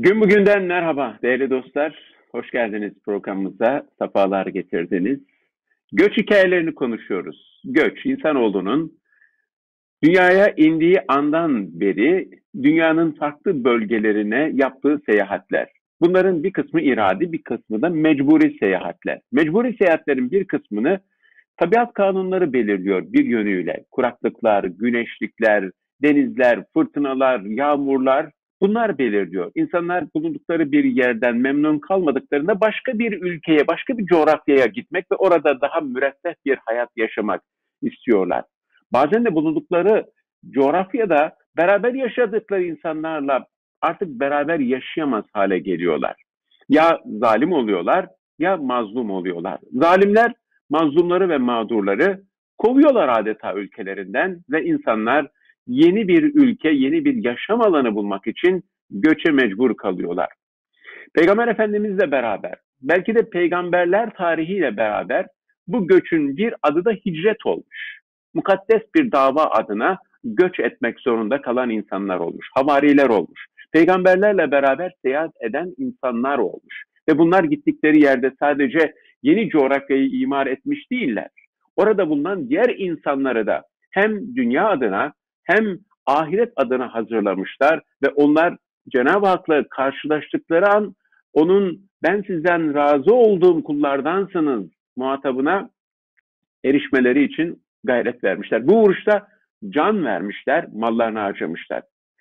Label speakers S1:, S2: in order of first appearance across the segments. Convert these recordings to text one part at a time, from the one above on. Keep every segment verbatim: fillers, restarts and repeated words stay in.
S1: Gün bugünden merhaba değerli dostlar. Hoş geldiniz programımıza. Sefalar getirdiniz. Göç hikayelerini konuşuyoruz. Göç, insanoğlunun dünyaya indiği andan beri dünyanın farklı bölgelerine yaptığı seyahatler. Bunların bir kısmı iradi, bir kısmı da mecburi seyahatler. Mecburi seyahatlerin bir kısmını tabiat kanunları belirliyor bir yönüyle. Kuraklıklar, güneşlikler, denizler, fırtınalar, yağmurlar bunlar belirliyor. İnsanlar bulundukları bir yerden memnun kalmadıklarında başka bir ülkeye, başka bir coğrafyaya gitmek ve orada daha müreffeh bir hayat yaşamak istiyorlar. Bazen de bulundukları coğrafyada beraber yaşadıkları insanlarla artık beraber yaşayamaz hale geliyorlar. Ya zalim oluyorlar ya mazlum oluyorlar. Zalimler mazlumları ve mağdurları kovuyorlar adeta ülkelerinden ve insanlar yeni bir ülke, yeni bir yaşam alanı bulmak için göçe mecbur kalıyorlar. Peygamber Efendimizle beraber, belki de peygamberler tarihiyle beraber bu göçün bir adı da hicret olmuş. Mukaddes bir dava adına göç etmek zorunda kalan insanlar olmuş, havariler olmuş. Peygamberlerle beraber seyahat eden insanlar olmuş. Ve bunlar gittikleri yerde sadece yeni coğrafyayı imar etmiş değiller. Orada bulunan diğer insanları da hem dünya adına hem ahiret adına hazırlamışlar ve onlar Cenab-ı Hak'la karşılaştıkları an onun ben sizden razı olduğum kullardansınız muhatabına erişmeleri için gayret vermişler. Bu uğraşta can vermişler, mallarını harcamışlar.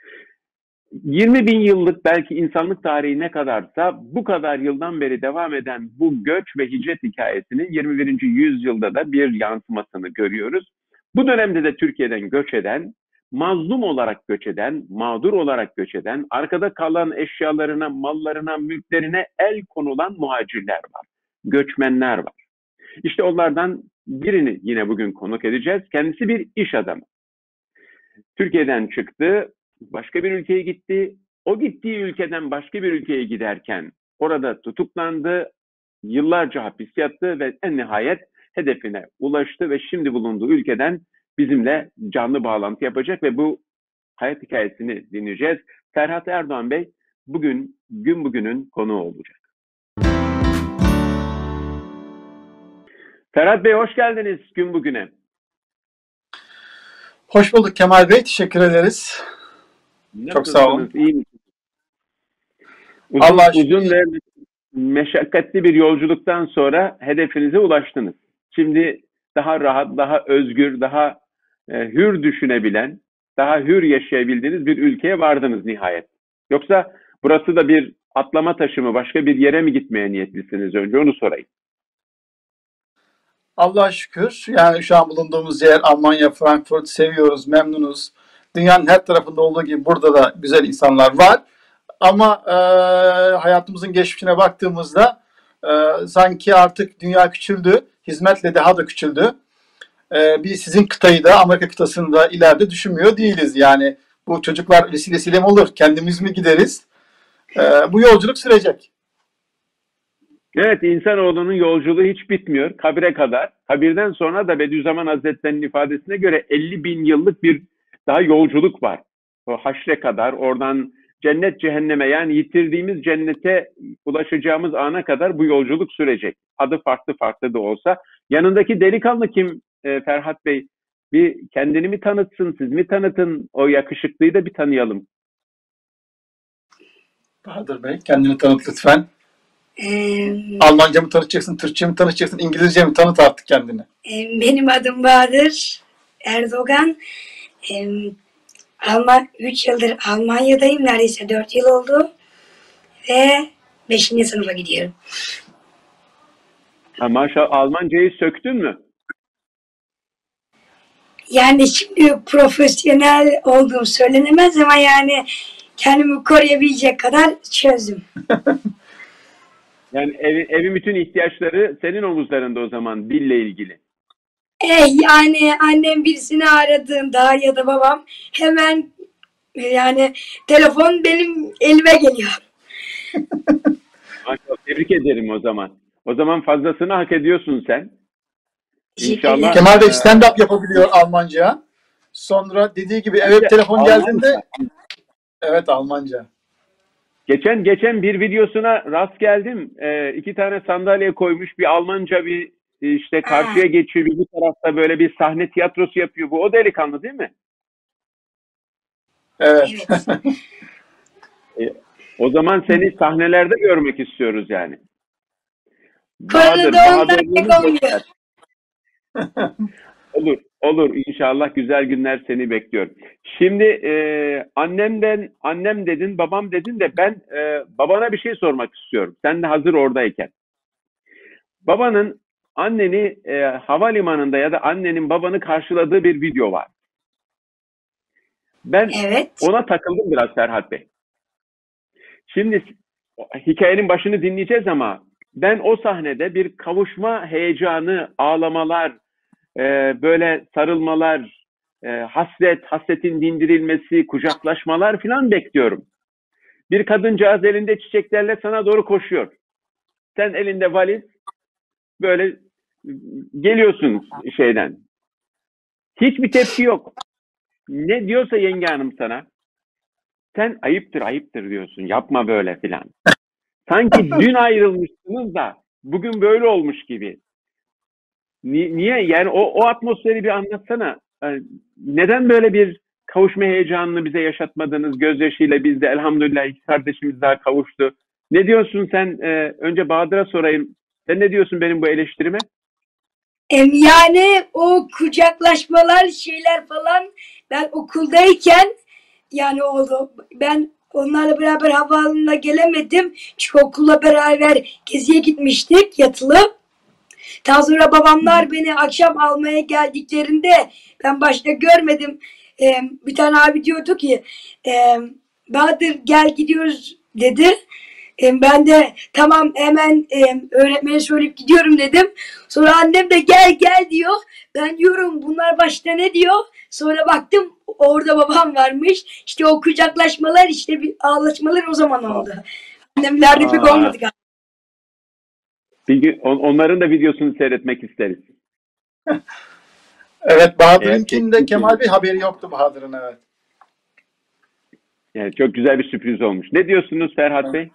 S1: yirmi bin yıllık belki insanlık tarihi ne kadarsa bu kadar yıldan beri devam eden bu göç ve hicret hikayesinin yirmi birinci yüzyılda da bir yansımasını görüyoruz. Bu dönemde de Türkiye'den göç eden, mazlum olarak göç eden, mağdur olarak göç eden, arkada kalan eşyalarına, mallarına, mülklerine el konulan muhacirler var, göçmenler var. İşte onlardan birini yine bugün konuk edeceğiz. Kendisi bir iş adamı. Türkiye'den çıktı, başka bir ülkeye gitti. O gittiği ülkeden başka bir ülkeye giderken orada tutuklandı, yıllarca hapis yattı ve en nihayet hedefine ulaştı ve şimdi bulunduğu ülkeden bizimle canlı bağlantı yapacak ve bu hayat hikayesini dinleyeceğiz. Ferhat Erdoğan Bey bugün gün bugünün konuğu olacak. Ferhat Bey hoş geldiniz gün bugüne.
S2: Hoş bulduk Kemal Bey, teşekkür ederiz.
S1: Nasılsınız?
S2: Çok sağ olun.
S1: İyi misiniz? Uzun,
S2: Allah
S1: uzun ve meşakkatli bir yolculuktan sonra hedefinize ulaştınız. Şimdi daha rahat, daha özgür, daha e, hür düşünebilen, daha hür yaşayabildiğiniz bir ülkeye vardınız nihayet. Yoksa burası da bir atlama taşı mı, başka bir yere mi gitmeye niyetlisiniz? Önce onu sorayım.
S2: Allah'a şükür. Yani şu an bulunduğumuz yer Almanya, Frankfurt, seviyoruz, memnunuz. Dünyanın her tarafında olduğu gibi burada da güzel insanlar var. Ama e, hayatımızın geçmişine baktığımızda e, sanki artık dünya küçüldü, hizmetle daha da küçüldü. E, biz sizin kıtayı da Amerika kıtasını da ileride düşünmüyor değiliz. Yani bu çocuklar vesilesiyle mi olur, kendimiz mi gideriz? E, bu yolculuk sürecek.
S1: Evet, insanoğlunun yolculuğu hiç bitmiyor. Kabire kadar. Kabirden sonra da Bediüzzaman Hazretleri'nin ifadesine göre elli bin yıllık bir daha yolculuk var. O haşre kadar, oradan cennet cehenneme yani yitirdiğimiz cennete ulaşacağımız ana kadar bu yolculuk sürecek. Adı farklı farklı da olsa. Yanındaki delikanlı kim e, Ferhat Bey? Bir kendini mi tanıtsın, siz mi tanıtın? O yakışıklıyı da bir tanıyalım.
S2: Bahadır Bey, kendini tanıt lütfen.
S3: Ee,
S2: Almanca mı tanıtacaksın, Türkçe mi tanıtacaksın, İngilizce mi tanıt artık kendini.
S3: e, benim adım Bahadır Erdoğan. Ee, Alman üç yıldır Almanya'dayım. Neredeyse dört yıl oldu. Ve beşinci sınıfa gidiyorum.
S1: Ha, maşallah Almancayı söktün mü?
S3: Yani şimdi profesyonel olduğum söylenemez ama yani kendimi koruyabilecek kadar çözdüm.
S1: Yani evi, evin bütün ihtiyaçları senin omuzlarında o zaman dille ilgili.
S3: Eh yani annem birisini aradığında ya da babam hemen yani telefon benim elime geliyor.
S1: Maşallah, tebrik ederim o zaman. O zaman fazlasını hak ediyorsun sen. İnşallah.
S2: Kemal Bey stand-up yapabiliyor Almanca. Sonra dediği gibi eve telefon geldiğinde evet Almanca.
S1: Geçen geçen bir videosuna rast geldim. Ee, iki tane sandalye koymuş, bir Almanca, bir işte
S3: Ha,
S1: karşıya geçiyor, bir bu tarafta böyle bir sahne tiyatrosu yapıyor. Bu o delikanlı değil mi?
S2: Evet.
S3: evet.
S1: E, O zaman seni sahnelerde görmek istiyoruz yani. Bahadır,
S3: Koronada onlar pek
S1: bahadırlığını
S3: olmuyor.
S1: göster. Olur, olur. İnşallah güzel günler seni bekliyor. Şimdi e, annemden, annem dedin, babam dedin de ben e, babana bir şey sormak istiyorum. Sen de hazır oradayken. Babanın anneni e, havalimanında ya da annenin babanı karşıladığı bir video var. Ben
S3: Evet.
S1: ona takıldım biraz Ferhat Bey. Şimdi hikayenin başını dinleyeceğiz ama ben o sahnede bir kavuşma heyecanı, ağlamalar, e, böyle sarılmalar, e, hasret, hasretin dindirilmesi, kucaklaşmalar falan bekliyorum. Bir kadıncağız elinde çiçeklerle sana doğru koşuyor. Sen elinde valiz, böyle geliyorsun şeyden. Hiçbir tepki yok. Ne diyorsa yenge hanım sana, sen ayıptır ayıptır diyorsun. Yapma böyle filan. Sanki dün ayrılmışsınız da bugün böyle olmuş gibi. Ni- Niye? Yani o, o atmosferi bir anlatsana. Yani neden böyle bir kavuşma heyecanını bize yaşatmadınız? Gözyaşıyla biz de elhamdülillah iki kardeşimiz daha kavuştu. Ne diyorsun sen? Ee, önce Bahadır'a sorayım. Sen ne diyorsun benim bu eleştirime?
S3: Em, yani o kucaklaşmalar şeyler falan ben okuldayken yani oldu. Ben onlarla beraber havaalanına gelemedim. Çünkü okulla beraber geziye gitmiştik yatılı. Daha sonra babamlar beni akşam almaya geldiklerinde ben başta görmedim. Ee, bir tane abi diyordu ki e, Bahadır gel gidiyoruz dedi. E, ben de tamam hemen e, öğretmene söyleyip gidiyorum dedim. Sonra annem de gel gel diyor. Ben diyorum bunlar başta ne diyor? Sonra baktım orada babam varmış. İşte o kucaklaşmalar işte bir ağlaşmalar o zaman oldu. Annemlerde pek
S1: Aa,
S3: olmadı galiba.
S1: bir gün on- onların da videosunu seyretmek isteriz.
S2: Evet,
S1: Eğer
S2: Bahadır'ınkinde
S1: çektik
S2: Kemal
S1: mi?
S2: Bey haberi yoktu Bahadır'ın, evet.
S1: Yani çok güzel bir sürpriz olmuş. Ne diyorsunuz Ferhat Bey?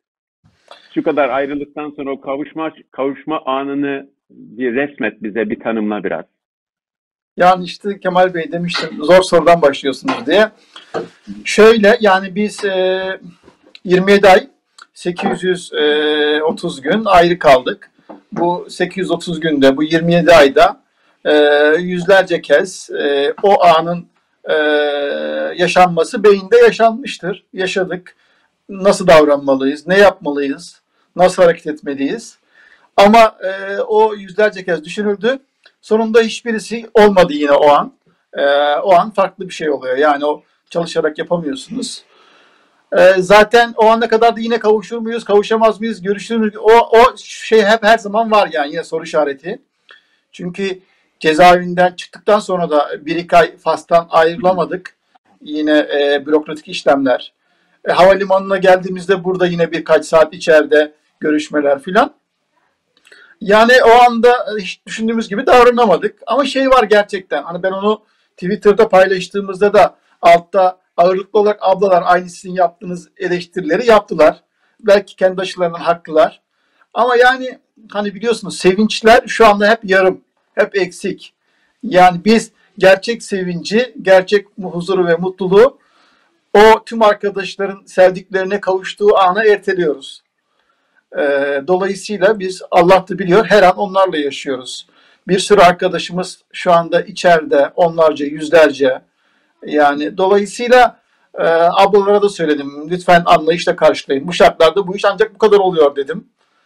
S1: Şu kadar ayrılıktan sonra o kavuşma kavuşma anını bir resmet bize, bir tanımla biraz.
S2: Yani işte Kemal Bey demiştim zor sorudan başlıyorsunuz diye. Şöyle yani biz e, yirmi yedi ay sekiz yüz otuz gün ayrı kaldık. Bu sekiz yüz otuz günde, bu yirmi yedi ayda e, yüzlerce kez e, o anın e, yaşanması beyinde yaşanmıştır. Yaşadık. Nasıl davranmalıyız, ne yapmalıyız, nasıl hareket etmeliyiz. Ama e, o yüzlerce kez düşünüldü. Sonunda hiçbirisi olmadı yine o an. E, o an farklı bir şey oluyor. Yani o çalışarak yapamıyorsunuz. E, zaten o ana kadar da yine kavuşur muyuz, kavuşamaz mıyız, görüşür müyüz? O, o şey hep her zaman var yani yine soru işareti. Çünkü cezaevinden çıktıktan sonra da bir iki ay Fas'tan ayrılamadık. Yine e, bürokratik işlemler. E, havalimanına geldiğimizde burada yine birkaç saat içeride görüşmeler filan. Yani o anda hiç düşündüğümüz gibi davranamadık. Ama şey var gerçekten. Hani ben onu Twitter'da paylaştığımızda da altta ağırlıklı olarak ablalar aynı sizin yaptığınız eleştirileri yaptılar. Belki kendi açılarından haklılar. Ama yani hani biliyorsunuz sevinçler şu anda hep yarım, hep eksik. Yani biz gerçek sevinci, gerçek huzuru ve mutluluğu o tüm arkadaşların sevdiklerine kavuştuğu ana erteliyoruz. Ee, dolayısıyla biz Allah da biliyor her an onlarla yaşıyoruz. Bir sürü arkadaşımız şu anda içeride onlarca, yüzlerce. Yani dolayısıyla e, ablalara da söyledim. Lütfen anlayışla karşılayın. Bu şartlarda bu iş ancak bu kadar oluyor dedim.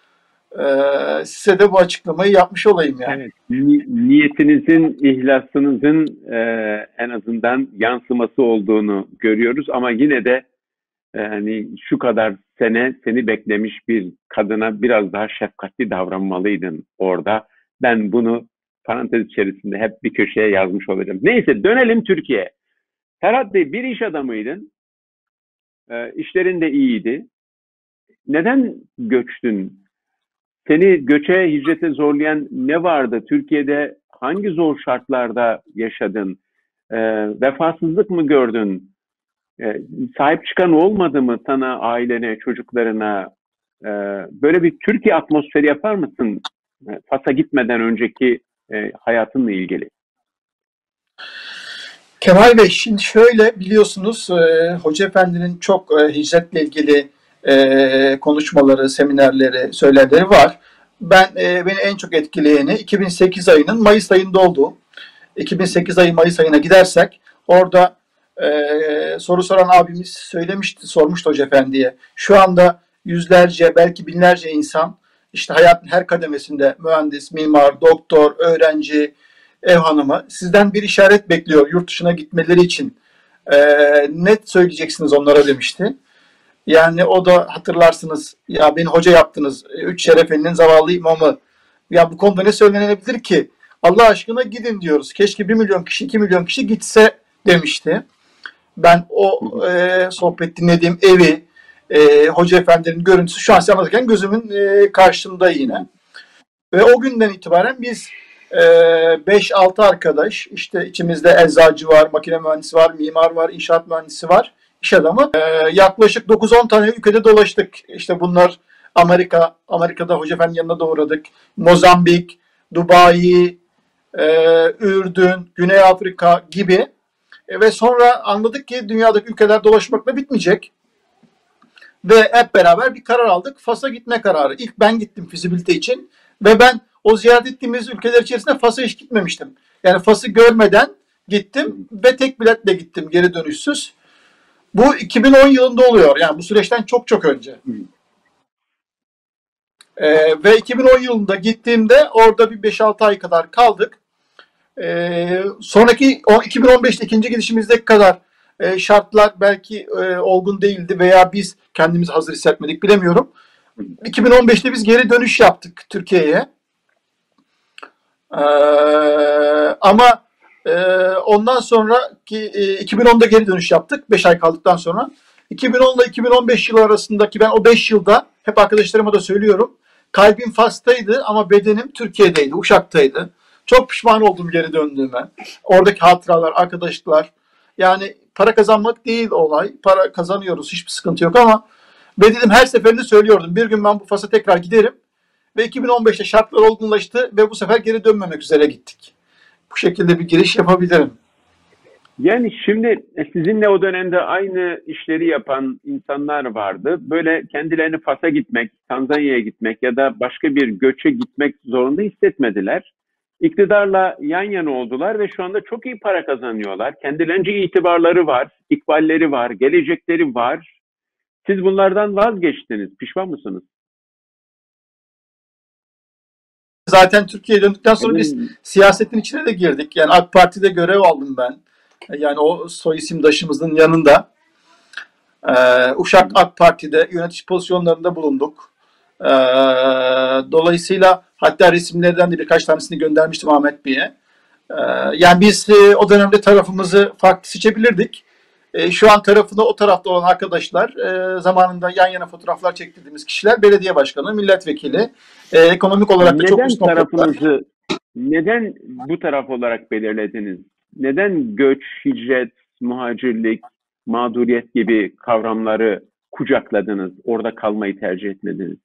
S2: Ee, size de bu açıklamayı yapmış olayım yani.
S1: Evet, ni- niyetinizin, ihlasınızın e, en azından yansıması olduğunu görüyoruz ama yine de e, hani şu kadar sene seni beklemiş bir kadına biraz daha şefkatli davranmalıydın orada. Ben bunu parantez içerisinde hep bir köşeye yazmış olacağım. Neyse dönelim Türkiye'ye. Ferhat Bey bir iş adamıydın. E, işlerin de iyiydi. Neden göçtün? Seni göçe, hicrete zorlayan ne vardı? Türkiye'de hangi zor şartlarda yaşadın? E, vefasızlık mı gördün? E, sahip çıkan olmadı mı sana, ailene, çocuklarına? E, böyle bir Türkiye atmosferi yapar mısın? E, Fas'a gitmeden önceki e, hayatınla ilgili.
S2: Kemal Bey, şimdi şöyle biliyorsunuz e, Hoca Efendi'nin çok e, hicretle ilgili e, konuşmaları, seminerleri, söylemleri var. Ben e, beni en çok etkileyeni iki bin sekiz ayının Mayıs ayında oldu. iki bin sekiz ayı Mayıs ayına gidersek orada e, soru soran abimiz söylemişti, sormuştu Hoca Efendi'ye. Şu anda yüzlerce, belki binlerce insan işte hayatın her kademesinde mühendis, mimar, doktor, öğrenci, ev hanımı sizden bir işaret bekliyor yurt dışına gitmeleri için. E, net söyleyeceksiniz onlara demişti. Yani o da hatırlarsınız, ya beni hoca yaptınız, üç şerefelinin zavallı imamı. Ya bu konuda ne söylenebilir ki? Allah aşkına gidin diyoruz. Keşke bir milyon kişi, iki milyon kişi gitse demişti. Ben o e, sohbet dinlediğim evi, e, Hoca Efendi'nin görüntüsü şu an size anlatırken gözümün e, karşımda yine. Ve o günden itibaren biz beş altı arkadaş, işte içimizde eczacı var, makine mühendisi var, mimar var, inşaat mühendisi var, iş adamı. E, yaklaşık dokuz on tane ülkede dolaştık. İşte bunlar Amerika, Amerika'da Hoca Efendi'nin yanına da uğradık. Mozambik, Dubai, e, Ürdün, Güney Afrika gibi. E, ve sonra anladık ki dünyadaki ülkeler dolaşmakla bitmeyecek. Ve hep beraber bir karar aldık. Fas'a gitme kararı. İlk ben gittim fizibilite için ve ben o ziyaret ettiğimiz ülkeler içerisinde Fas'a hiç gitmemiştim. Yani Fas'ı görmeden gittim ve tek biletle gittim, geri dönüşsüz. Bu iki bin on yılında oluyor. Yani bu süreçten çok çok önce. Ee, ve iki bin on yılında gittiğimde orada bir beş altı ay kadar kaldık. Ee, sonraki iki bin on beşte ikinci gidişimizdeki kadar e, şartlar belki e, olgun değildi veya biz kendimizi hazır hissetmedik, bilemiyorum. iki bin on beşte biz geri dönüş yaptık Türkiye'ye. Ee, ama e, ondan sonraki e, iki bin onda geri dönüş yaptık beş ay kaldıktan sonra. iki bin on ile iki bin on beş yılı arasındaki ben o beş yılda hep arkadaşlarıma da söylüyorum. Kalbim Fas'taydı ama bedenim Türkiye'deydi, Uşak'taydı. Çok pişman oldum geri döndüğüme. Oradaki hatıralar, arkadaşlıklar. Yani para kazanmak değil olay. Para kazanıyoruz, hiçbir sıkıntı yok ama ve dedim, her seferinde söylüyordum. Bir gün ben bu Fas'a tekrar giderim. Ve iki bin on beşte şartlar olgunlaştı ve bu sefer geri dönmemek üzere gittik. Bu şekilde bir giriş yapabilirim.
S1: Yani şimdi sizinle o dönemde aynı işleri yapan insanlar vardı. Böyle kendilerini Fas'a gitmek, Tanzanya'ya gitmek ya da başka bir göçe gitmek zorunda hissetmediler. İktidarla yan yana oldular ve şu anda çok iyi para kazanıyorlar. Kendilerince itibarları var, ikballeri var, gelecekleri var. Siz bunlardan vazgeçtiniz. Pişman mısınız?
S2: Zaten Türkiye'ye döndükten sonra biz siyasetin içine de girdik. Yani AK Parti'de görev aldım ben. Yani o soy isimdaşımızın yanında. Ee, Uşak AK Parti'de yönetici pozisyonlarında bulunduk. Ee, dolayısıyla hatta resimlerden de birkaç tanesini göndermiştim Ahmet Bey'e. Ee, yani biz e, o dönemde tarafımızı farklı seçebilirdik. E, şu an tarafında o tarafta olan arkadaşlar, e, zamanında yan yana fotoğraflar çektirdiğimiz kişiler, belediye başkanı, milletvekili, e, ekonomik olarak da
S1: neden
S2: çok üst
S1: tarafınızı, neden bu taraf olarak belirlediniz? Neden göç, hicret, muhacirlik, mağduriyet gibi kavramları kucakladınız, orada kalmayı tercih etmediniz?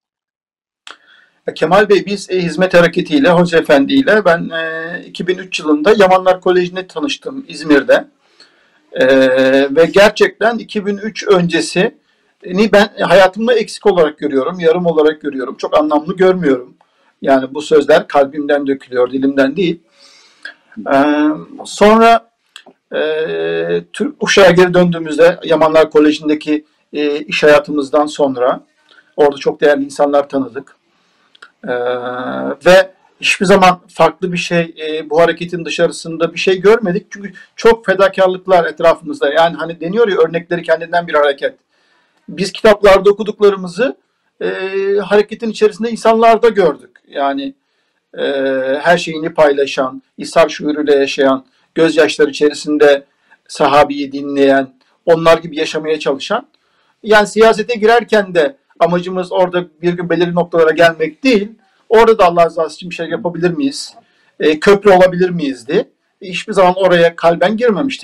S2: Kemal Bey, biz e, hizmet hareketiyle, Hoca Efendi ile ben e, iki bin üç yılında Yamanlar Koleji'nde tanıştım İzmir'de. Ee, ve gerçekten iki bin üç öncesi ben hayatımda eksik olarak görüyorum, yarım olarak görüyorum. Çok anlamlı görmüyorum. Yani bu sözler kalbimden dökülüyor, dilimden değil. Ee, sonra e, Türk Uşak'a geri döndüğümüzde Yamanlar Koleji'ndeki e, iş hayatımızdan sonra orada çok değerli insanlar tanıdık. Ee, ve hiçbir zaman farklı bir şey, e, bu hareketin dışarısında bir şey görmedik. Çünkü çok fedakarlıklar etrafımızda. Yani hani deniyor ya, örnekleri kendinden bir hareket. Biz kitaplarda okuduklarımızı e, hareketin içerisinde insanlarda gördük. Yani e, her şeyini paylaşan, ishar şuuruyla yaşayan, gözyaşları içerisinde sahabeyi dinleyen, onlar gibi yaşamaya çalışan. Yani siyasete girerken de amacımız orada bir gün belirli noktalara gelmek değil. Orada da Allah rızası için bir şey yapabilir miyiz? E, köprü olabilir miyizdi? E, hiçbir zaman oraya kalben girmemiştik.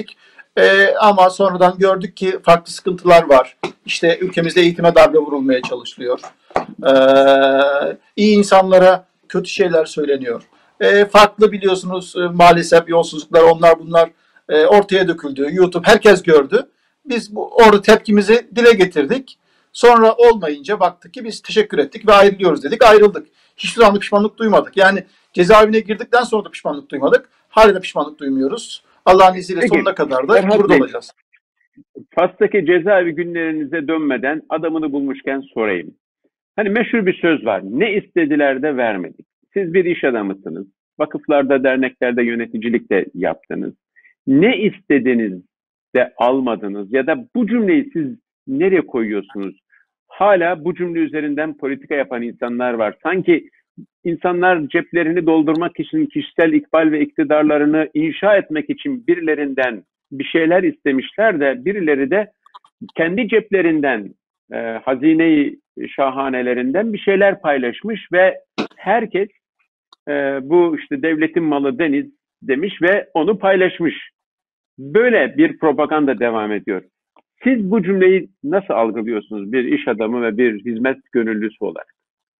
S2: E, ama sonradan gördük ki farklı sıkıntılar var. İşte ülkemizde eğitime darbe vurulmaya çalışılıyor. E, iyi insanlara kötü şeyler söyleniyor. E, farklı biliyorsunuz e, maalesef yolsuzluklar, onlar bunlar e, ortaya döküldü. YouTube herkes gördü. Biz bu, orada tepkimizi dile getirdik. Sonra olmayınca baktık ki biz teşekkür ettik ve ayrılıyoruz dedik. Ayrıldık. Hiçbir zaman pişmanlık duymadık. Yani cezaevine girdikten sonra da pişmanlık duymadık. Hala da pişmanlık duymuyoruz. Allah'ın izniyle
S1: Peki,
S2: sonuna kadar da
S1: Ferhat
S2: burada
S1: Bey,
S2: olacağız.
S1: Fas'taki cezaevi günlerinize dönmeden adamını bulmuşken sorayım. Hani meşhur bir söz var. Ne istediler de vermedik. Siz bir iş adamısınız. Vakıflarda, derneklerde yöneticilik de yaptınız. Ne istediniz de almadınız ya da bu cümleyi siz nereye koyuyorsunuz? Hala bu cümle üzerinden politika yapan insanlar var. Sanki insanlar ceplerini doldurmak için, kişisel ikbal ve iktidarlarını inşa etmek için birilerinden bir şeyler istemişler de birileri de kendi ceplerinden, e, hazine-i şahanelerinden bir şeyler paylaşmış ve herkes e, bu işte devletin malı deniz demiş ve onu paylaşmış. Böyle bir propaganda devam ediyor. Siz bu cümleyi nasıl algılıyorsunuz bir iş adamı ve bir hizmet gönüllüsü olarak?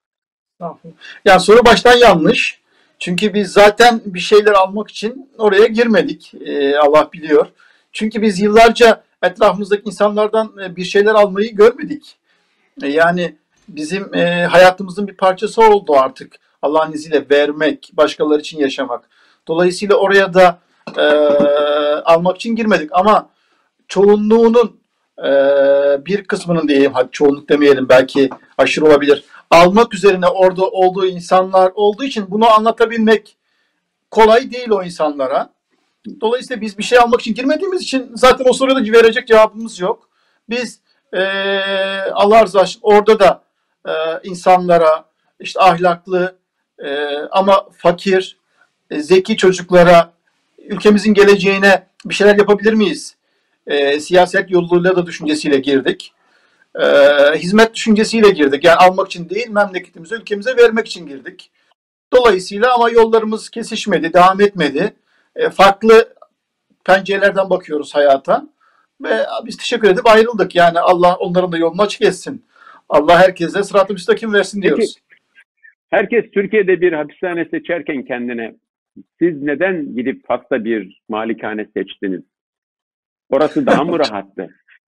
S2: Yani soru baştan yanlış. Çünkü biz zaten bir şeyler almak için oraya girmedik. Ee, Allah biliyor. Çünkü biz yıllarca etrafımızdaki insanlardan e, bir şeyler almayı görmedik. E, yani bizim e, hayatımızın bir parçası oldu artık. Allah'ın izniyle vermek, başkaları için yaşamak. Dolayısıyla oraya da e, almak için girmedik. Ama çoğunluğunun e, bir kısmının diyeyim, hadi çoğunluk demeyelim, belki aşırı olabilir, almak üzerine orada olduğu insanlar olduğu için bunu anlatabilmek kolay değil o insanlara. Dolayısıyla biz bir şey almak için girmediğimiz için zaten o soruya da verecek cevabımız yok. Biz e, Allah razı olsun orada da e, insanlara, işte ahlaklı e, ama fakir, e, zeki çocuklara, ülkemizin geleceğine bir şeyler yapabilir miyiz? E, siyaset yoluyla da düşüncesiyle girdik. E, hizmet düşüncesiyle girdik. Yani almak için değil, memleketimize, ülkemize vermek için girdik. Dolayısıyla ama yollarımız kesişmedi, devam etmedi. E, farklı pencerelerden bakıyoruz hayata. Ve biz teşekkür edip ayrıldık. Yani Allah onların da yolunu açık etsin. Allah herkese sırat-ı müstakim versin diyoruz.
S1: Peki, herkes Türkiye'de bir hapishane seçerken kendine, siz neden gidip Fas'ta bir malikane seçtiniz? Orası daha mı rahattı?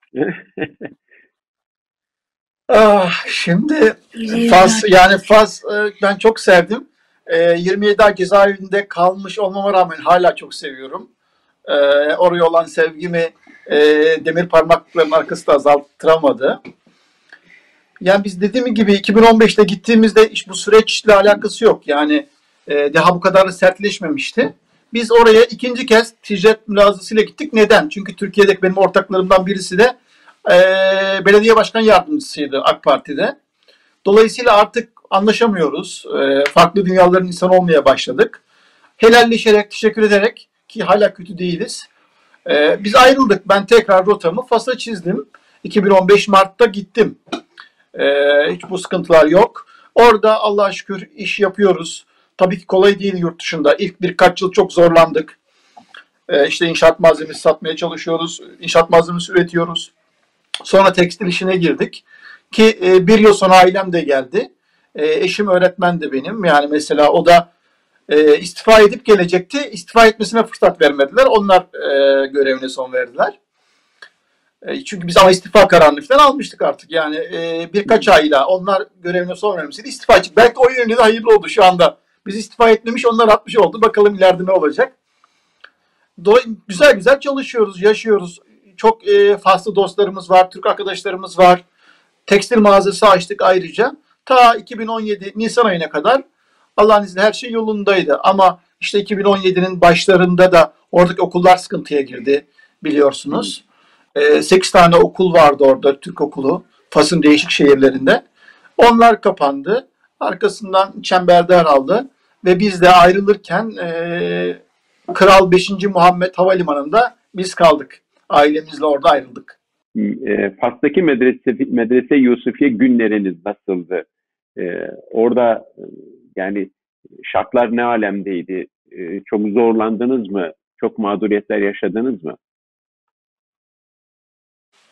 S2: Ah, şimdi Fas, yani Fas ben çok sevdim. yirmi yedi ay cezaevinde kalmış olmama rağmen hala çok seviyorum. Oraya olan sevgimi demir parmaklıkların arkası da azaltıramadı. Yani biz dediğim gibi iki bin on beşte gittiğimizde bu süreçle alakası yok. Yani daha bu kadar da sertleşmemişti. Biz oraya ikinci kez ticaret mülazasıyla gittik. Neden? Çünkü Türkiye'deki benim ortaklarımdan birisi de e, belediye başkan yardımcısıydı AK Parti'de. Dolayısıyla artık anlaşamıyoruz. E, farklı dünyaların insanı olmaya başladık. Helalleşerek, teşekkür ederek, ki hala kötü değiliz. E, biz ayrıldık. Ben tekrar rotamı Fas'a çizdim. iki bin on beş Mart'ta gittim. E, hiç bu sıkıntılar yok. Orada Allah'a şükür iş yapıyoruz. Tabii ki kolay değil yurt dışında. İlk birkaç yıl çok zorlandık. Ee, işte inşaat malzemesi satmaya çalışıyoruz. İnşaat malzemesi üretiyoruz. Sonra tekstil işine girdik. Ki e, bir yıl sonra ailem de geldi. E, eşim öğretmen de benim. Yani mesela o da e, istifa edip gelecekti. İstifa etmesine fırsat vermediler. Onlar e, görevine son verdiler. E, çünkü biz ama istifa kararını falan almıştık artık. Yani e, birkaç ayla onlar görevine son vermeseydi istifa edecek. Belki o yönde de hayırlı oldu şu anda. Biz istifa etmemiş, onlar atmış oldu. Bakalım ileride ne olacak. Do- güzel güzel çalışıyoruz, yaşıyoruz. Çok e, faslı dostlarımız var, Türk arkadaşlarımız var. Tekstil mağazası açtık ayrıca. Ta iki bin on yedi Nisan ayına kadar Allah'ın izniyle her şey yolundaydı. Ama işte iki bin on yedinin başlarında da oradaki okullar sıkıntıya girdi biliyorsunuz. E, sekiz tane okul vardı orada, Türk okulu. Fas'ın değişik şehirlerinde. Onlar kapandı. Arkasından çemberde aldı. Ve biz de ayrılırken e, Kral beşinci Muhammed Havalimanı'nda biz kaldık. Ailemizle orada ayrıldık.
S1: E, Fas'taki medrese, medrese Yusufiye günleriniz nasıldı? E, orada yani şartlar ne alemdeydi? E, çok zorlandınız mı? Çok mağduriyetler yaşadınız mı?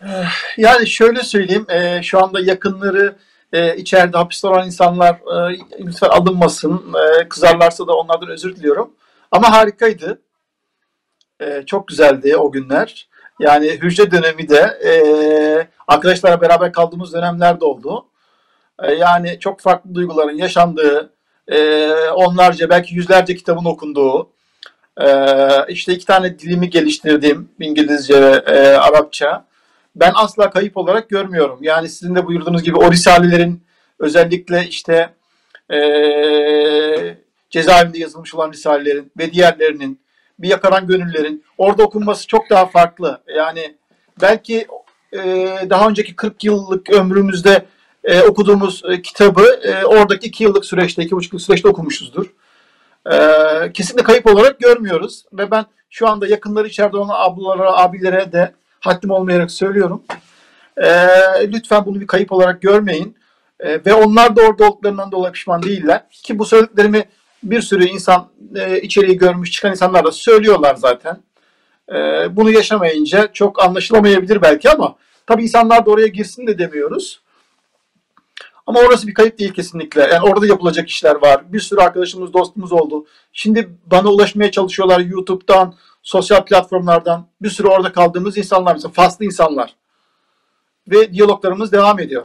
S2: Yani şöyle söyleyeyim, e, şu anda yakınları e, içeride hapiste olan insanlar e, lütfen alınmasın. E, kızarlarsa da onlardan özür diliyorum. Ama harikaydı. E, çok güzeldi o günler. Yani hücre dönemi de e, arkadaşlarla beraber kaldığımız dönemler de oldu. E, yani çok farklı duyguların yaşandığı, e, onlarca belki yüzlerce kitabın okunduğu, e, işte iki tane dilimi geliştirdim, İngilizce ve e, Arapça. Ben asla kayıp olarak görmüyorum. Yani sizin de buyurduğunuz gibi o risalelerin özellikle işte e, cezaevinde yazılmış olan risalelerin ve diğerlerinin bir yakaran gönüllerin orada okunması çok daha farklı. Yani belki e, daha önceki kırk yıllık ömrümüzde e, okuduğumuz e, kitabı e, oradaki iki yıllık süreçte, iki buçuk yıllık süreçte okumuşuzdur. E, kesinlikle kayıp olarak görmüyoruz. Ve ben şu anda yakınları içeride olan ablalara, abilere de haddim olmayarak söylüyorum. E, lütfen bunu bir kayıp olarak görmeyin. E, ve onlar da orada olduklarından dolayı pişman değiller. Ki bu söylediklerimi bir sürü insan e, içeriği görmüş çıkan insanlar da söylüyorlar zaten. E, bunu yaşamayınca çok anlaşılamayabilir belki ama tabii insanlar da oraya girsin de demiyoruz. Ama orası bir kayıp değil kesinlikle. Yani orada yapılacak işler var. Bir sürü arkadaşımız, dostumuz oldu. Şimdi bana ulaşmaya çalışıyorlar YouTube'dan, sosyal platformlardan. Bir sürü orada kaldığımız insanlar, mesela faslı insanlar. Ve diyaloglarımız devam ediyor.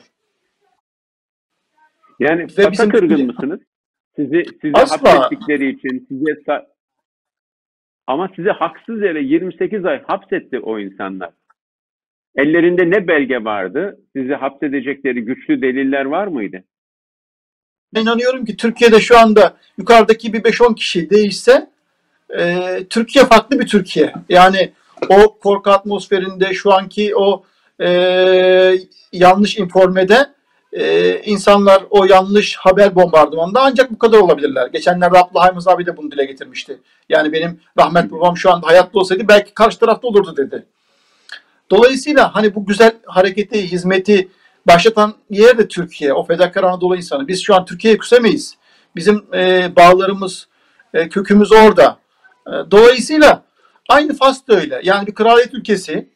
S1: Yani
S2: Ve
S1: Fas'a
S2: bizim
S1: kırgın mısınız? Sizi sizi
S2: asla
S1: hapsettikleri için size sa- ama sizi haksız yere yirmi sekiz ay hapsetti o insanlar. Ellerinde ne belge vardı? Sizi hapsedecekleri güçlü deliller var mıydı?
S2: inanıyorum ki Türkiye'de şu anda yukarıdaki bir beş on kişi değişse e, Türkiye farklı bir Türkiye. Yani o korku atmosferinde şu anki o e, yanlış informede e, insanlar o yanlış haber bombardımanında ancak bu kadar olabilirler. Geçenlerde Abdullah Haymaz abi de bunu dile getirmişti. Yani benim rahmetli babam şu anda hayatta olsaydı belki karşı tarafta olurdu dedi. Dolayısıyla hani bu güzel hareketi, hizmeti başlatan yer de Türkiye. O fedakar Anadolu insanı. Biz şu an Türkiye'yi küsemeyiz. Bizim e, bağlarımız, e, kökümüz orada. E, dolayısıyla aynı Fas da öyle. Yani bir kraliyet ülkesi.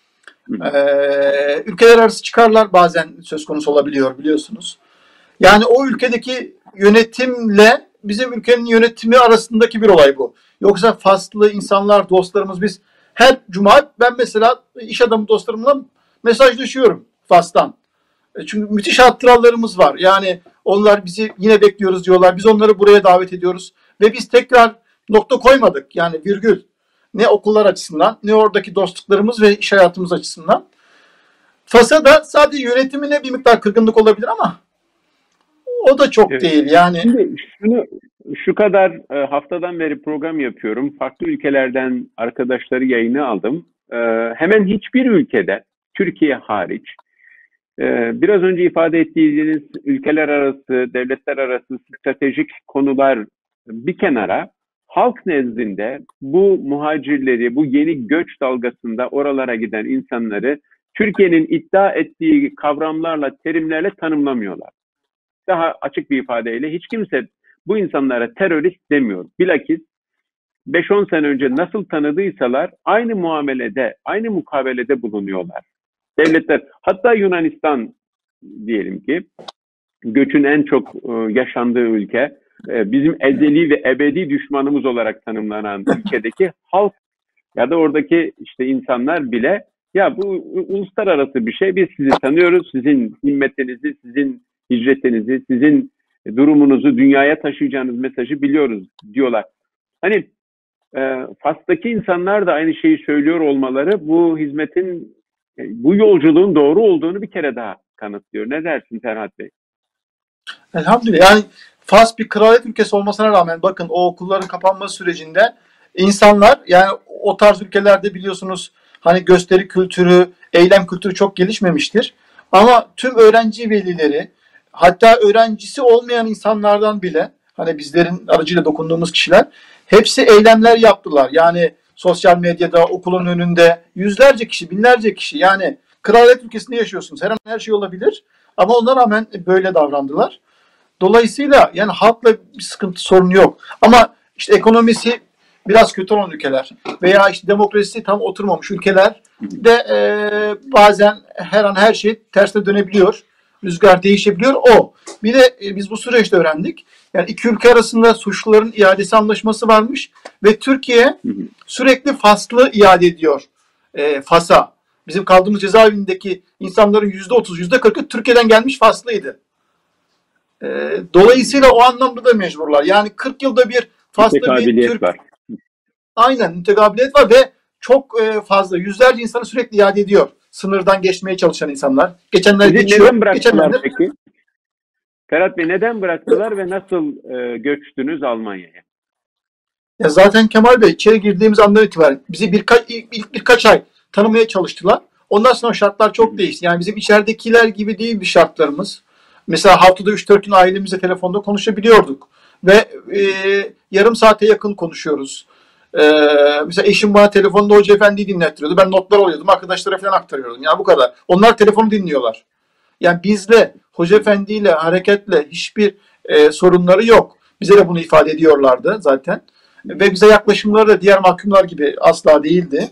S2: E, ülkeler arası çıkarlar bazen söz konusu olabiliyor biliyorsunuz. Yani o ülkedeki yönetimle bizim ülkenin yönetimi arasındaki bir olay bu. Yoksa Faslı insanlar, dostlarımız biz her cuma ben mesela iş adamı dostlarımla mesajlaşıyorum Fas'tan. Çünkü müthiş hatıralarımız var. Yani onlar bizi yine bekliyoruz diyorlar. Biz onları buraya davet ediyoruz. Ve biz tekrar nokta koymadık. Yani virgül. Ne okullar açısından ne oradaki dostluklarımız ve iş hayatımız açısından. Fas'a da sadece yönetimine bir miktar kırgınlık olabilir ama o da çok evet. değil. Yani
S1: Şimdi şunu şu kadar e, haftadan beri program yapıyorum. Farklı ülkelerden arkadaşları yayını aldım. E, hemen hiçbir ülkede, Türkiye hariç, e, biraz önce ifade ettiğiniz ülkeler arası, devletler arası stratejik konular bir kenara, halk nezdinde bu muhacirleri, bu yeni göç dalgasında oralara giden insanları Türkiye'nin iddia ettiği kavramlarla, terimlerle tanımlamıyorlar. Daha açık bir ifadeyle hiç kimse bu insanlara terörist demiyor. Bilakis beş on sene önce nasıl tanıdıysalar aynı muamelede, aynı mukabelede bulunuyorlar. Devletler, hatta Yunanistan diyelim ki göçün en çok yaşandığı ülke, bizim ezeli ve ebedi düşmanımız olarak tanımlanan ülkedeki halk ya da oradaki işte insanlar bile ya bu uluslararası bir şey, biz sizi tanıyoruz, sizin himmetinizi, sizin hicretinizi, sizin durumunuzu, dünyaya taşıyacağınız mesajı biliyoruz diyorlar. Hani e, Fas'taki insanlar da aynı şeyi söylüyor olmaları bu hizmetin, bu yolculuğun doğru olduğunu bir kere daha kanıtlıyor. Ne dersin Ferhat Bey?
S2: Elhamdülillah. Yani Fas bir kraliyet ülkesi olmasına rağmen bakın o okulların kapanma sürecinde insanlar, yani o tarz ülkelerde biliyorsunuz hani gösteri kültürü, eylem kültürü çok gelişmemiştir. Ama tüm öğrenci velileri, hatta öğrencisi olmayan insanlardan bile, hani bizlerin aracıyla dokunduğumuz kişiler, hepsi eylemler yaptılar. Yani sosyal medyada, okulun önünde yüzlerce kişi, binlerce kişi. Yani kraliyet ülkesinde yaşıyorsunuz. Her an her şey olabilir. Ama ona rağmen böyle davrandılar. Dolayısıyla yani halkla bir sıkıntı, sorunu yok. Ama işte ekonomisi biraz kötü olan ülkeler veya işte demokrasisi tam oturmamış ülkeler de e, bazen her an her şey tersine dönebiliyor. Rüzgar değişebiliyor. O. Bir de e, biz bu süreçte öğrendik. Yani iki ülke arasında suçluların iadesi anlaşması varmış ve Türkiye sürekli faslı iade ediyor e, Fas'a. Bizim kaldığımız cezaevindeki insanların yüzde otuz, yüzde kırkı Türkiye'den gelmiş faslıydı. E, dolayısıyla o anlamda da mecburlar. Yani kırk yılda bir faslı bir Türk... var. Aynen, mütekabiliyet var ve çok e, fazla. Yüzlerce insanı sürekli iade ediyor. Sınırdan geçmeye çalışan insanlar. Geçenler
S1: Bizi
S2: geçiyor.
S1: Neden bıraktılar
S2: Geçenler...
S1: peki? Ferhat Bey neden bıraktılar ve nasıl e, göçtünüz Almanya'ya?
S2: Ya zaten Kemal Bey içeri girdiğimiz andan itibaren bizi birkaç ilk birkaç ay tanımaya çalıştılar. Ondan sonra şartlar çok değişti. Yani bizim içeridekiler gibi değil bir şartlarımız. Mesela haftada üç dört gün ailemizle telefonda konuşabiliyorduk. Ve e, yarım saate yakın konuşuyoruz. E, mesela eşim bana telefonda Hoca Efendi'yi dinlettiriyordu. Ben notlar alıyordum. Arkadaşlara falan aktarıyordum. Yani bu kadar. Onlar telefonu dinliyorlar. Yani bizle, Hoca Efendi ile, hareketle hiçbir e, sorunları yok. Bize de bunu ifade ediyorlardı zaten. Ve bize yaklaşımları da diğer mahkumlar gibi asla değildi.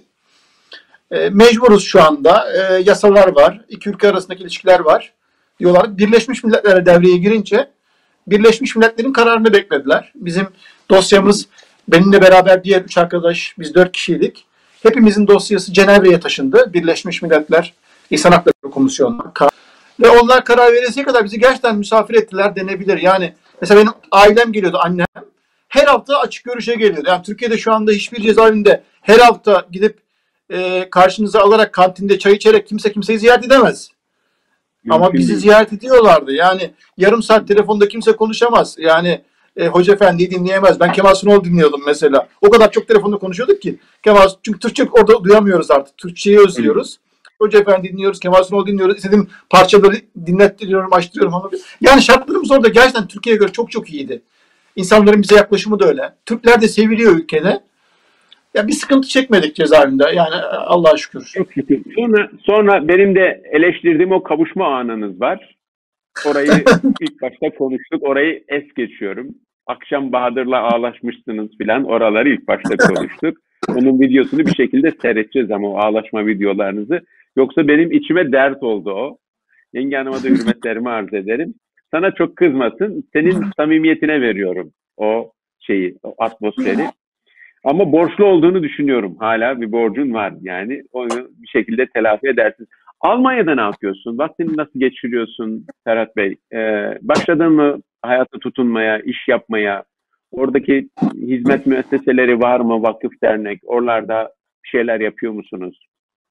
S2: E, mecburuz şu anda. E, yasalar var. İki ülke arasındaki ilişkiler var. Diyorlar. Birleşmiş Milletler'e devreye girince Birleşmiş Milletler'in kararını beklediler. Bizim dosyamız benimle beraber diğer üç arkadaş, biz dört kişiydik. Hepimizin dosyası Cenevre'ye taşındı. Birleşmiş Milletler İnsan Hakları Komisyonu'na. Ve onlar karar veresiye kadar bizi gerçekten misafir ettiler denebilir. Yani mesela benim ailem geliyordu, annem. Her hafta açık görüşe geliyordu. Yani Türkiye'de şu anda hiçbir cezaevinde her hafta gidip e, karşınıza alarak kantinde çay içerek kimse kimseyi ziyaret edemez. Mümkün Ama bizi değil. Ziyaret ediyorlardı. Yani yarım saat telefonda kimse konuşamaz. Yani e, Hoca Efendi'yi dinleyemez. Ben Kemal Sunal dinliyordum mesela. O kadar çok telefonda konuşuyorduk ki. Kemal, çünkü Türkçe orada duyamıyoruz artık. Türkçeyi özlüyoruz. Hı. Hoca Efendi dinliyoruz, Kemal Sunal dinliyoruz. İstediğim parçaları dinlettiriyorum, açtırıyorum. Yani şartlarımız orada gerçekten Türkiye'ye göre çok çok iyiydi. İnsanların bize yaklaşımı da öyle. Türkler de seviliyor ülkede. Ya bir sıkıntı çekmedik cezaevinde. Yani Allah'a şükür.
S1: Çok şükür. Sonra, sonra benim de eleştirdiğim o kavuşma anınız var. Orayı ilk başta konuştuk. Orayı es geçiyorum. Akşam Bahadır'la ağlaşmışsınız filan. Oraları ilk başta konuştuk. Onun videosunu bir şekilde seyredeceğiz ama o ağlaşma videolarınızı. Yoksa benim içime dert oldu o. Yenge Hanım'a da hürmetlerimi arz ederim. Sana çok kızmasın. Senin samimiyetine veriyorum o şeyi, o atmosferi. Ama borçlu olduğunu düşünüyorum. Hala bir borcun var yani. Onu bir şekilde telafi edersin. Almanya'da ne yapıyorsun? Vaktini nasıl geçiriyorsun Ferhat Bey? Ee, başladın mı hayata tutunmaya, iş yapmaya? Oradaki hizmet müesseseleri var mı? Vakıf, dernek. Oralarda bir şeyler yapıyor musunuz?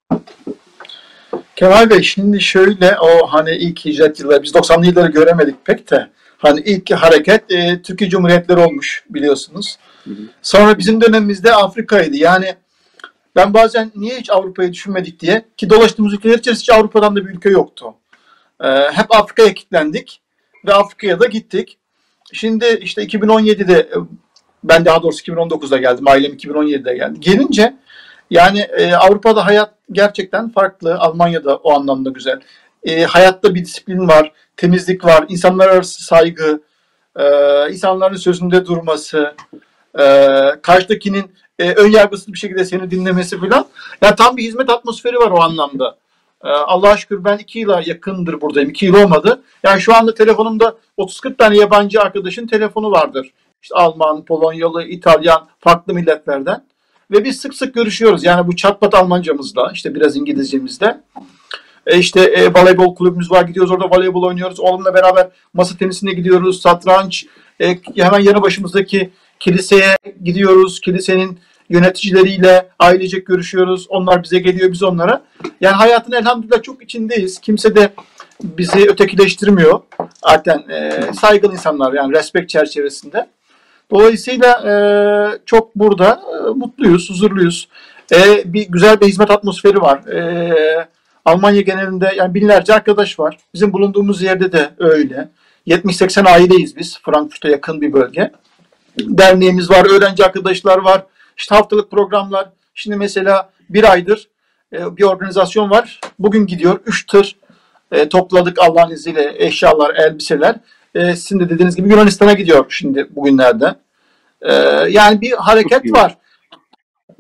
S2: Kemal Bey şimdi şöyle o hani ilk hicret yılları biz doksanlı yılları göremedik pek de hani ilk hareket e, Türkiye Cumhuriyetleri olmuş biliyorsunuz. Hı hı. Sonra bizim dönemimizde Afrika'ydı. Yani ben bazen niye hiç Avrupa'yı düşünmedik diye ki dolaştığımız ülkeler içerisinde hiç Avrupa'dan da bir ülke yoktu. E, hep Afrika'ya kilitlendik ve Afrika'ya da gittik. Şimdi işte iki bin on yedide ben daha doğrusu iki bin on dokuzda geldim. Ailem iki bin on yedide geldi. Gelince yani e, Avrupa'da hayat gerçekten farklı. Almanya'da o anlamda güzel. E, hayatta bir disiplin var, temizlik var, insanlar arası saygı, e, insanların sözünde durması, e, karşıdakinin e, ön yargısız bir şekilde seni dinlemesi falan. Yani tam bir hizmet atmosferi var o anlamda. E, Allah'a şükür ben iki yıla yakındır buradayım. iki yıl olmadı. Yani şu anda telefonumda otuz kırk tane yabancı arkadaşın telefonu vardır. İşte Alman, Polonyalı, İtalyan, farklı milletlerden. Ve biz sık sık görüşüyoruz. Yani bu çatpat Almancamızla, işte biraz İngilizcemizle. E işte e, voleybol kulübümüz var. Gidiyoruz orada voleybol oynuyoruz. Oğlumla beraber masa tenisine gidiyoruz. Satranç. E, hemen yanı başımızdaki kiliseye gidiyoruz. Kilisenin yöneticileriyle ailecek görüşüyoruz. Onlar bize geliyor, biz onlara. Yani hayatın elhamdülillah çok içindeyiz. Kimse de bizi ötekileştirmiyor. Zaten e, saygılı insanlar yani respekt çerçevesinde. Dolayısıyla e, çok burada e, mutluyuz, huzurluyuz. E, bir güzel bir hizmet atmosferi var. E, Almanya genelinde yani binlerce arkadaş var. Bizim bulunduğumuz yerde de öyle. yetmiş seksen aileyiz biz. Frankfurt'a yakın bir bölge. Derneğimiz var, öğrenci arkadaşlar var. İşte haftalık programlar. Şimdi mesela bir aydır e, bir organizasyon var. Bugün gidiyor. Üç tır e, topladık Allah'ın izniyle eşyalar, elbiseler. E, sizin de dediğiniz gibi Yunanistan'a gidiyor şimdi bugünlerde. E, yani bir hareket var.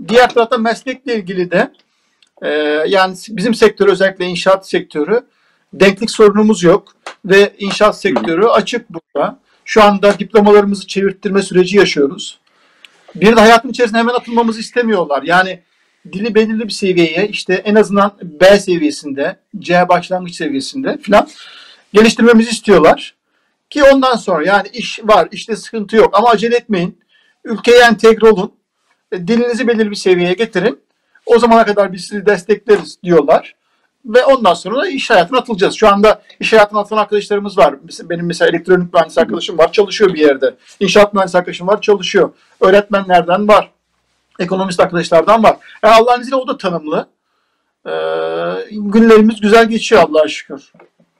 S2: Diğer tarafta meslekle ilgili de e, yani bizim sektör, özellikle inşaat sektörü, denklik sorunumuz yok ve inşaat sektörü açık burada. Şu anda diplomalarımızı çevirttirme süreci yaşıyoruz. Bir de hayatın içerisine hemen atılmamızı istemiyorlar. Yani dili belirli bir seviyeye, işte en azından B seviyesinde, C başlangıç seviyesinde falan geliştirmemizi istiyorlar. Ki ondan sonra yani iş var, işte sıkıntı yok ama acele etmeyin. Ülkeye entegre olun. Dilinizi belirli bir seviyeye getirin. O zamana kadar biz sizi destekleriz diyorlar. Ve ondan sonra da iş hayatına atılacağız. Şu anda iş hayatına atılan arkadaşlarımız var. Benim mesela elektronik mühendis arkadaşım var, çalışıyor bir yerde. İnşaat mühendisi arkadaşım var, çalışıyor. Öğretmenlerden var. Ekonomist arkadaşlardan var. Yani Allah'ın izniyle o da tanımlı. Ee, günlerimiz güzel geçiyor Allah'a şükür.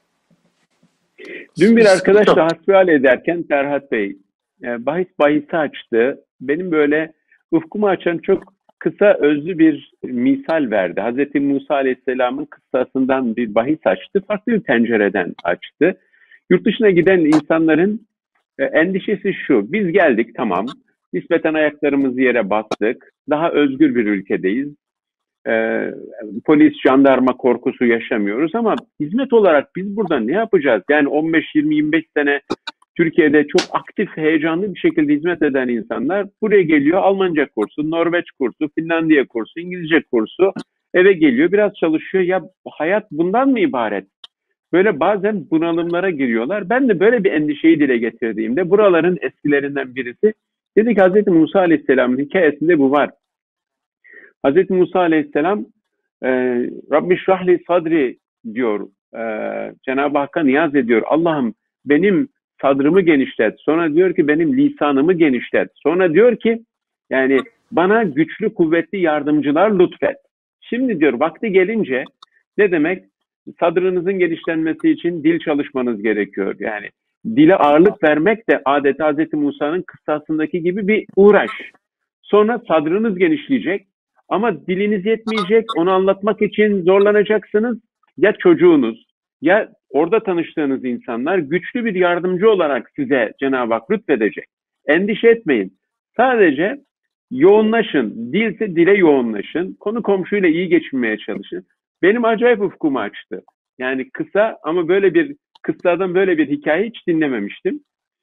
S1: Dün bir arkadaşla hasbihal ederken Ferhat Bey e, bahis bahisi açtı. Benim böyle ufkumu açan çok kısa özlü bir misal verdi. Hazreti Musa Aleyhisselam'ın kıssasından bir bahis açtı. Farklı bir pencereden açtı. Yurt dışına giden insanların e, endişesi şu. Biz geldik, tamam. Nispeten ayaklarımızı yere bastık. Daha özgür bir ülkedeyiz. Ee, polis, jandarma korkusu yaşamıyoruz ama hizmet olarak biz burada ne yapacağız? Yani on beş yirmi yirmi beş sene Türkiye'de çok aktif, heyecanlı bir şekilde hizmet eden insanlar buraya geliyor. Almanca kursu, Norveç kursu, Finlandiya kursu, İngilizce kursu, eve geliyor, biraz çalışıyor. Ya hayat bundan mı ibaret? Böyle bazen bunalımlara giriyorlar. Ben de böyle bir endişeyi dile getirdiğimde buraların eskilerinden birisi dedi ki Hazreti Musa Aleyhisselam'ın hikayesinde bu var. Hazreti Musa Aleyhisselam e, Rabbi şrahli sadri diyor. E, Cenab-ı Hakk'a niyaz ediyor. Allah'ım benim sadrımı genişlet. Sonra diyor ki benim lisanımı genişlet. Sonra diyor ki yani bana güçlü kuvvetli yardımcılar lütfet. Şimdi diyor vakti gelince ne demek? Sadrınızın genişlenmesi için dil çalışmanız gerekiyor. Yani dile ağırlık vermek de adeta Hazreti Musa'nın kıssasındaki gibi bir uğraş. Sonra sadrınız genişleyecek. Ama diliniz yetmeyecek, onu anlatmak için zorlanacaksınız. Ya çocuğunuz, ya orada tanıştığınız insanlar güçlü bir yardımcı olarak size Cenab-ı Hak lütfedecek. Endişe etmeyin. Sadece yoğunlaşın, dilse dile yoğunlaşın. Konu komşuyla iyi geçinmeye çalışın. Benim acayip ufkumu açtı. Yani kısa ama böyle bir, kıssadan böyle bir hikaye hiç dinlememiştim.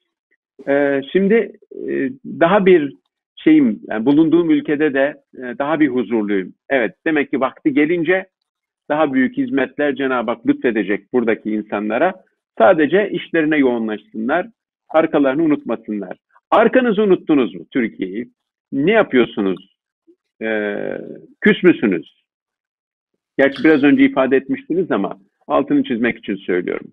S1: Ee, şimdi e, daha bir şeyim, yani bulunduğum ülkede de daha bir huzurluyum. Evet, demek ki vakti gelince daha büyük hizmetler Cenab-ı Hak lütfedecek buradaki insanlara. Sadece işlerine yoğunlaşsınlar, arkalarını unutmasınlar. Arkanızı unuttunuz mu Türkiye'yi? Ne yapıyorsunuz? Ee, küs müsünüz? Gerçi biraz önce ifade etmiştiniz ama altını çizmek için söylüyorum.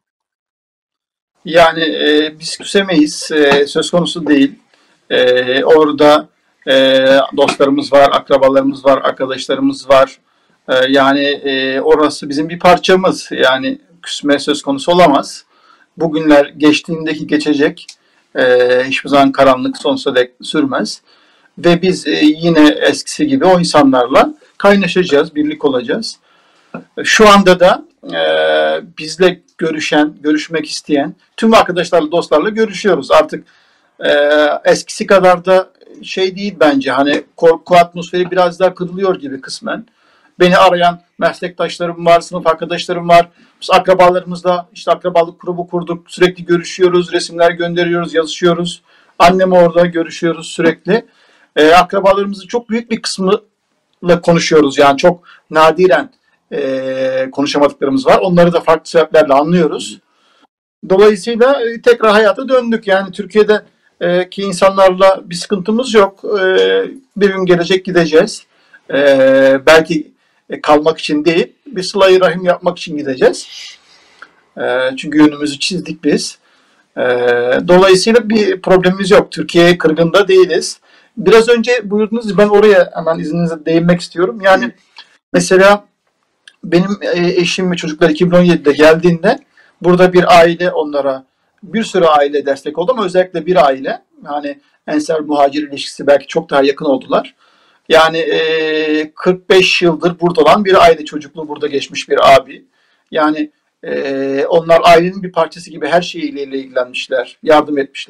S2: Yani e, biz küsemeyiz, e, söz konusu değil. E, orada e, dostlarımız var, akrabalarımız var, arkadaşlarımız var. E, yani e, orası bizim bir parçamız. Yani küsme söz konusu olamaz. Bugünler geçtiğindeki geçecek. E, hiçbir zaman karanlık sonsuza dek sürmez. Ve biz e, yine eskisi gibi o insanlarla kaynaşacağız, birlik olacağız. Şu anda da e, bizle görüşen, görüşmek isteyen tüm arkadaşlarla, dostlarla görüşüyoruz. Artık e, eskisi kadar da şey değil bence. Hani korku atmosferi biraz daha kırılıyor gibi kısmen. Beni arayan meslektaşlarım var, sınıf arkadaşlarım var. Biz akrabalarımızla işte akrabalık grubu kurduk. Sürekli görüşüyoruz, resimler gönderiyoruz, yazışıyoruz. Annem orada görüşüyoruz sürekli. E, akrabalarımızın çok büyük bir kısmıyla konuşuyoruz. Yani çok nadiren e, konuşamadıklarımız var. Onları da farklı sebeplerle anlıyoruz. Dolayısıyla e, tekrar hayata döndük. Yani Türkiye'deki insanlarla bir sıkıntımız yok. E, bir gün gelecek gideceğiz. E, belki kalmak için değil, bir sıla-i rahim yapmak için gideceğiz. E, çünkü yönümüzü çizdik biz. E, dolayısıyla bir problemimiz yok. Türkiye'ye kırgında değiliz. Biraz önce buyurdunuz, ben oraya hemen izninizle değinmek istiyorum. Yani mesela benim eşim ve çocuklar iki bin on yedide geldiğinde burada bir aile onlara, bir sürü aile destek oldu ama özellikle bir aile, yani ensar muhacir ilişkisi belki çok daha yakın oldular. Yani e, kırk beş yıldır burada olan bir aile, çocukluğu burada geçmiş bir abi. Yani e, onlar ailenin bir parçası gibi her şeyiyle ilgilenmişler, yardım etmişler.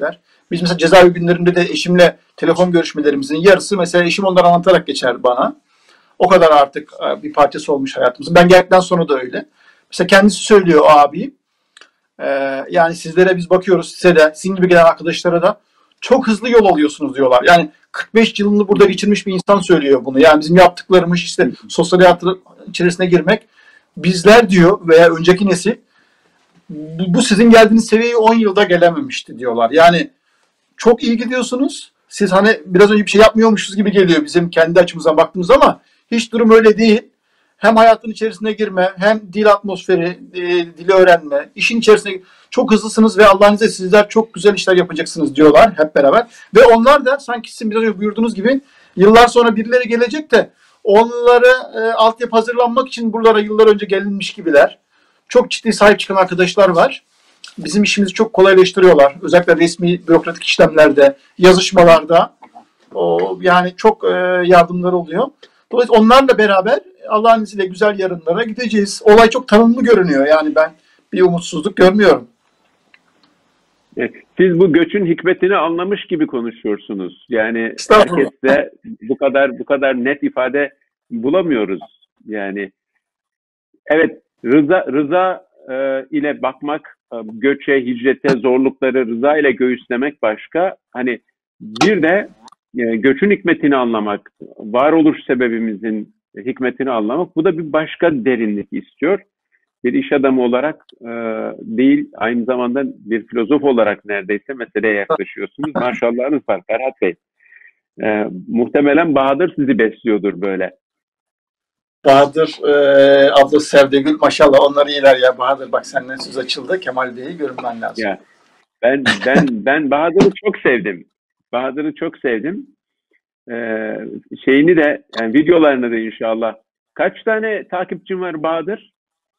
S2: Biz mesela cezaevi günlerinde de eşimle telefon görüşmelerimizin yarısı mesela eşim onları anlatarak geçer bana. O kadar artık bir parçası olmuş hayatımızın. Ben geldikten sonra da öyle. Mesela kendisi söylüyor o abi. Ee, yani sizlere biz bakıyoruz, size de, sizin gibi gelen arkadaşlara da çok hızlı yol alıyorsunuz diyorlar. Yani kırk beş yılını burada geçirmiş bir insan söylüyor bunu. Yani bizim yaptıklarımız işte sosyal hayatın içerisine girmek. Bizler diyor veya önceki nesil bu, bu sizin geldiğiniz seviyeye on yılda gelememişti diyorlar. Yani çok iyi gidiyorsunuz. Siz hani biraz önce bir şey yapmıyormuşuz gibi geliyor bizim kendi açımızdan baktığımız ama hiç durum öyle değil. Hem hayatın içerisine girme, hem dil atmosferi, e, dili öğrenme, işin içerisine çok hızlısınız ve Allah'ın izniyle sizler çok güzel işler yapacaksınız diyorlar hep beraber. Ve onlar da sanki sizin biraz önce buyurduğunuz gibi yıllar sonra birileri gelecek de onlara e, altyapı hazırlanmak için buralara yıllar önce gelinmiş gibiler. Çok ciddi sahip çıkan arkadaşlar var. Bizim işimizi çok kolaylaştırıyorlar. Özellikle resmi bürokratik işlemlerde, yazışmalarda o yani çok e, yardımları oluyor. Dolayısıyla onlarla beraber Allah'ın izniyle güzel yarınlara gideceğiz. Olay çok tanımlı görünüyor. Yani ben bir umutsuzluk görmüyorum.
S1: Siz bu göçün hikmetini anlamış gibi konuşuyorsunuz. Yani herkeste bu kadar bu kadar net ifade bulamıyoruz. Yani evet, rıza rıza e, ile bakmak, e, göçe, hicrete, zorlukları rıza ile göğüslemek başka. Hani bir de e, göçün hikmetini anlamak, varoluş sebebimizin hikmetini anlamak, bu da bir başka derinlik istiyor. Bir iş adamı olarak e, değil, aynı zamanda bir filozof olarak neredeyse meseleye yaklaşıyorsunuz. Maşallahınız var Ferhat Bey. E, muhtemelen Bahadır sizi besliyordur böyle.
S2: Bahadır e, ablası Sevdegül maşallah onlar iyiler ya. Bahadır bak senden söz açıldı. Kemal Bey'i görünmen lazım.
S1: Ya, ben ben ben Bahadır'ı çok sevdim. Bahadır'ı çok sevdim. Ee, şeyini de yani videolarını da inşallah. Kaç tane takipçin var Bahadır?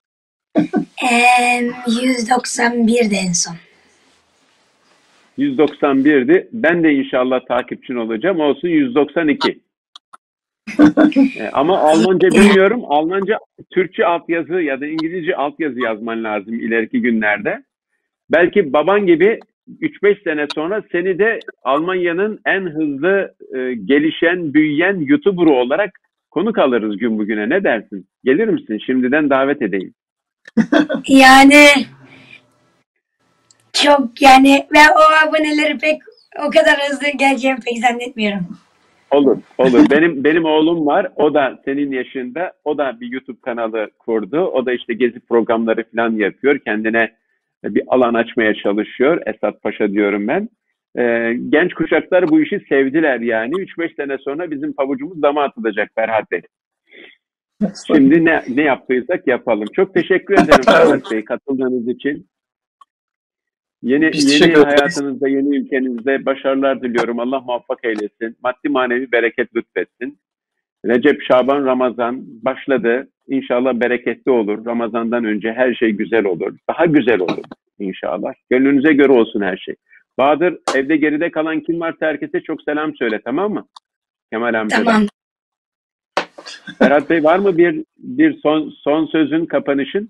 S3: Em, yüz doksan birdi en son.
S1: yüz doksan birdi. Ben de inşallah takipçin olacağım. Olsun yüz doksan iki. ee, ama Almanca bilmiyorum. Almanca Türkçe altyazı ya da İngilizce altyazı yazman lazım ileriki günlerde. Belki baban gibi üç beş sene sonra seni de Almanya'nın en hızlı e, gelişen, büyüyen YouTuber'ı olarak konuk alırız gün bugüne. Ne dersin? Gelir misin? Şimdiden davet edeyim.
S3: Yani çok yani ve o aboneleri pek o kadar hızlı geleceğimi pek zannetmiyorum.
S1: Olur, olur. Benim benim oğlum var. O da senin yaşında. O da bir YouTube kanalı kurdu. O da işte gezi programları falan yapıyor. Kendine bir alan açmaya çalışıyor. Esat Paşa diyorum ben. Ee, genç kuşaklar bu işi sevdiler yani. üç beş sene sonra bizim pabucumuz dama atılacak Ferhat Bey. Şimdi ne, ne yaptıysak yapalım. Çok teşekkür ederim Ferhat Bey katıldığınız için. Yeni, yeni hayatınızda, yeni ülkenizde başarılar diliyorum. Allah muvaffak eylesin. Maddi manevi bereket lütfetsin. Recep, Şaban, Ramazan başladı. İnşallah bereketli olur. Ramazan'dan önce her şey güzel olur. Daha güzel olur inşallah. Gönlünüze göre olsun her şey. Bahadır, evde geride kalan kim varsa herkese çok selam söyle, tamam mı? Kemal amcadan.
S3: Tamam.
S1: Ferhat Bey, var mı bir bir son son sözün, kapanışın?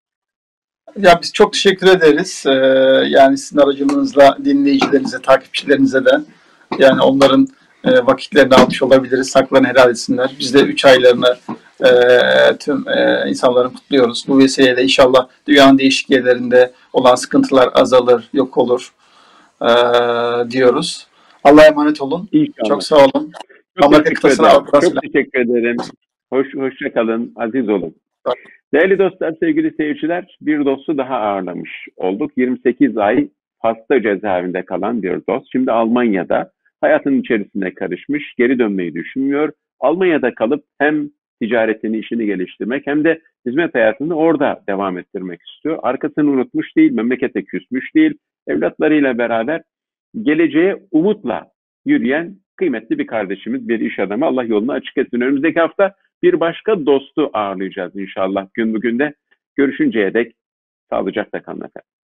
S2: Ya biz çok teşekkür ederiz. Ee, yani sizin aracınızla dinleyicilerinize, takipçilerinize de yani onların e, vakitlerini almış olabiliriz. Haklarını helal etsinler. Biz de üç aylarını e, tüm e, insanların kutluyoruz. Bu vesileyle inşallah dünyanın değişik yerlerinde olan sıkıntılar azalır, yok olur e, diyoruz. Allah'a emanet olun.
S1: İnşallah.
S2: Çok sağ olun.
S1: Çok teşekkür ederim. Çok teşekkür ederim. Hoş, hoşça kalın, aziz olun. Değerli dostlar, sevgili seyirciler, bir dostu daha ağırlamış olduk. yirmi sekiz ay hasta cezaevinde kalan bir dost. Şimdi Almanya'da hayatının içerisine karışmış, geri dönmeyi düşünmüyor. Almanya'da kalıp hem ticaretini, işini geliştirmek hem de hizmet hayatını orada devam ettirmek istiyor. Arkasını unutmuş değil, memlekete küsmüş değil. Evlatlarıyla beraber geleceğe umutla yürüyen kıymetli bir kardeşimiz, bir iş adamı. Allah yolunu açık etsin. Önümüzdeki hafta bir başka dostu ağırlayacağız inşallah gün bugün de. Görüşünceye dek sağlıcakla kalın efendim.